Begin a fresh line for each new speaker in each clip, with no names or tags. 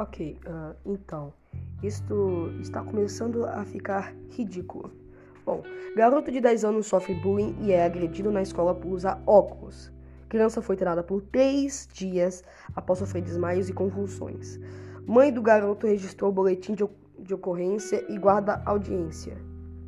Ok, então, isto está começando a ficar ridículo. Bom, garoto de 10 anos sofre bullying e é agredido na escola por usar óculos. Criança foi internada por 3 dias após sofrer desmaios e convulsões. Mãe do garoto registrou o boletim de ocorrência e guarda audiência.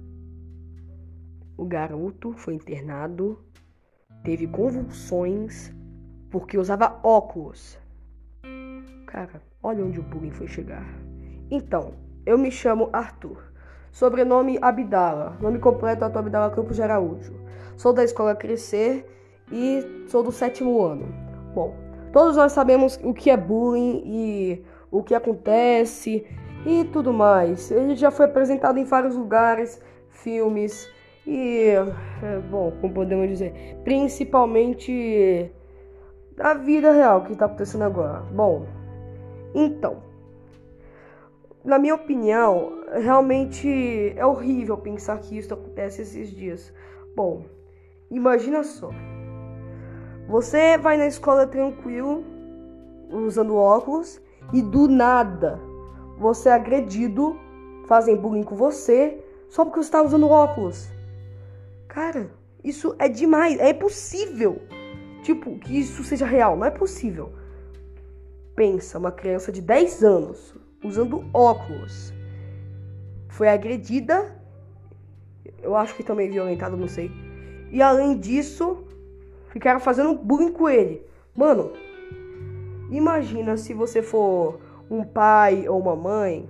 O garoto foi internado, teve convulsões porque usava óculos. Cara, olha onde o bullying foi chegar. Então, eu me chamo Arthur. Sobrenome Abdala. Nome completo Arthur Abdala Campos de Araújo. Sou da escola Crescer e sou do 7º ano. Bom, todos nós sabemos o que é bullying e o que acontece e tudo mais. Ele já foi apresentado em vários lugares, filmes e, bom, como podemos dizer, principalmente da vida real que está acontecendo agora. Bom, então, na minha opinião, realmente é horrível pensar que isso acontece esses dias. Bom, imagina só. Você vai na escola tranquilo, usando óculos, e do nada você é agredido, fazem bullying com você, só porque você está usando óculos. Cara, isso é demais, é impossível. Tipo, que isso seja real, não é possível. Pensa, uma criança de 10 anos, usando óculos, foi agredida, eu acho que também violentada, não sei. E além disso, ficaram fazendo bullying com ele. Mano, imagina se você for um pai ou uma mãe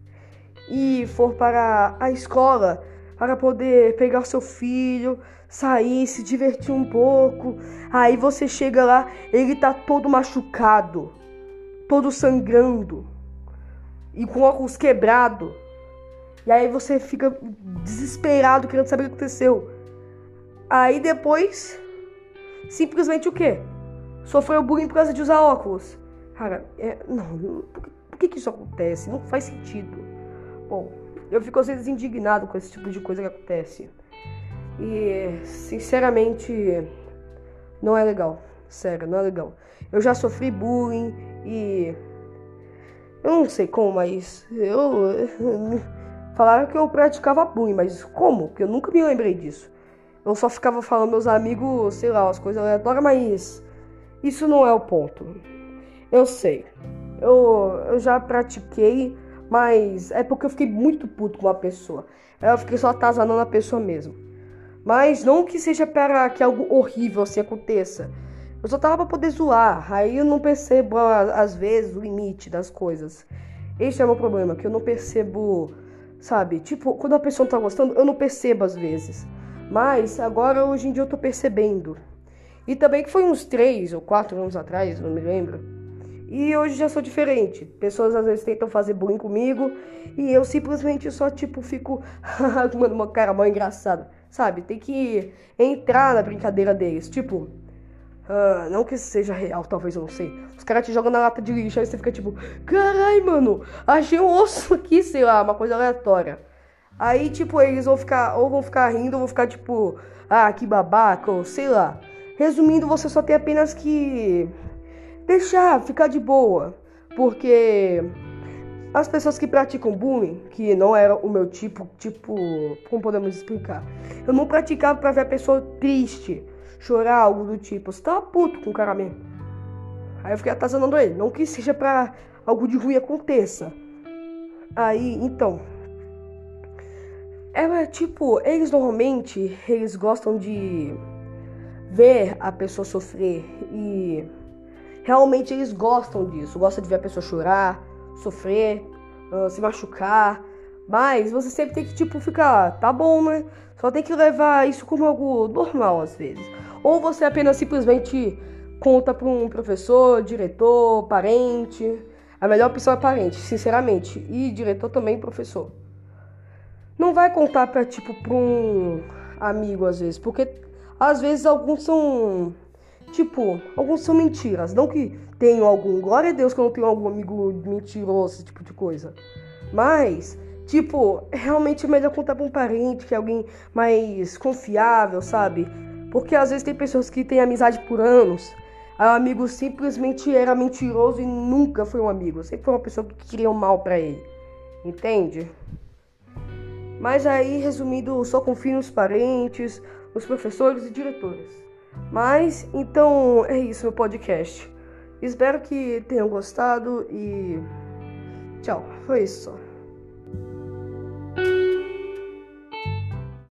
e for para a escola para poder pegar seu filho, sair, se divertir um pouco. Aí você chega lá, ele tá todo machucado, todo sangrando e com óculos quebrado. E aí você fica desesperado querendo saber o que aconteceu. Aí depois, simplesmente o quê? Sofreu bullying por causa de usar óculos. Cara, por que isso acontece? Não faz sentido. Bom, eu fico às vezes indignado com esse tipo de coisa que acontece. E, sinceramente, não é legal. Sério, não é legal. Eu já sofri bullying e eu não sei como, mas falaram que eu praticava bullying, mas como? Porque eu nunca me lembrei disso. Eu só ficava falando meus amigos, sei lá, as coisas aleatórias, mas isso não é o ponto. Eu sei. Eu já pratiquei, mas é porque eu fiquei muito puto com a pessoa. Eu fiquei só atazanando a pessoa mesmo. Mas não que seja para que algo horrível assim aconteça. Eu só tava pra poder zoar. Aí eu não percebo, às vezes, o limite das coisas. Esse é o meu problema, que eu não percebo, sabe? Tipo, quando a pessoa não tá gostando, eu não percebo às vezes. Mas agora, hoje em dia, eu tô percebendo. E também que foi uns 3 ou 4 anos atrás, não me lembro. E hoje já sou diferente. Pessoas às vezes tentam fazer bullying comigo e eu simplesmente só, tipo, fico com uma cara mó engraçada. Sabe? Tem que entrar na brincadeira deles. Tipo, não que isso seja real, talvez, eu não sei. Os caras te jogam na lata de lixo, aí você fica tipo, carai, mano, achei um osso aqui, sei lá, uma coisa aleatória. Aí, tipo, eles vão ficar rindo, ou vão ficar tipo, que babaca, ou sei lá. Resumindo, você só tem apenas que ficar de boa. Porque as pessoas que praticam bullying, que não era o meu tipo, como podemos explicar? Eu não praticava pra ver a pessoa triste, chorar, algo do tipo. Você tava puto com o cara mesmo. Aí eu fiquei atazanando ele. Não que seja pra algo de ruim aconteça. Aí, então, tipo, eles gostam de ver a pessoa sofrer. E realmente eles gostam disso. Gostam de ver a pessoa chorar, sofrer, se machucar. Mas você sempre tem que, tipo, ficar, tá bom, né? Só tem que levar isso como algo normal, às vezes. Ou você apenas simplesmente conta pra um professor, diretor, parente. A melhor opção é parente, sinceramente. E diretor também, professor. Não vai contar pra um amigo, às vezes. Porque, às vezes, alguns são mentiras. Não que tenham algum. Glória a Deus que eu não tenho algum amigo mentiroso, esse tipo de coisa. Mas, realmente é melhor contar pra um parente, que é alguém mais confiável, sabe? Porque às vezes tem pessoas que têm amizade por anos. Aí o amigo simplesmente era mentiroso e nunca foi um amigo. Sempre foi uma pessoa que queria o mal pra ele. Entende? Mas aí, resumindo, só confio nos parentes, nos professores e diretores. Mas, então, é isso, meu podcast. Espero que tenham gostado e tchau. Foi isso só.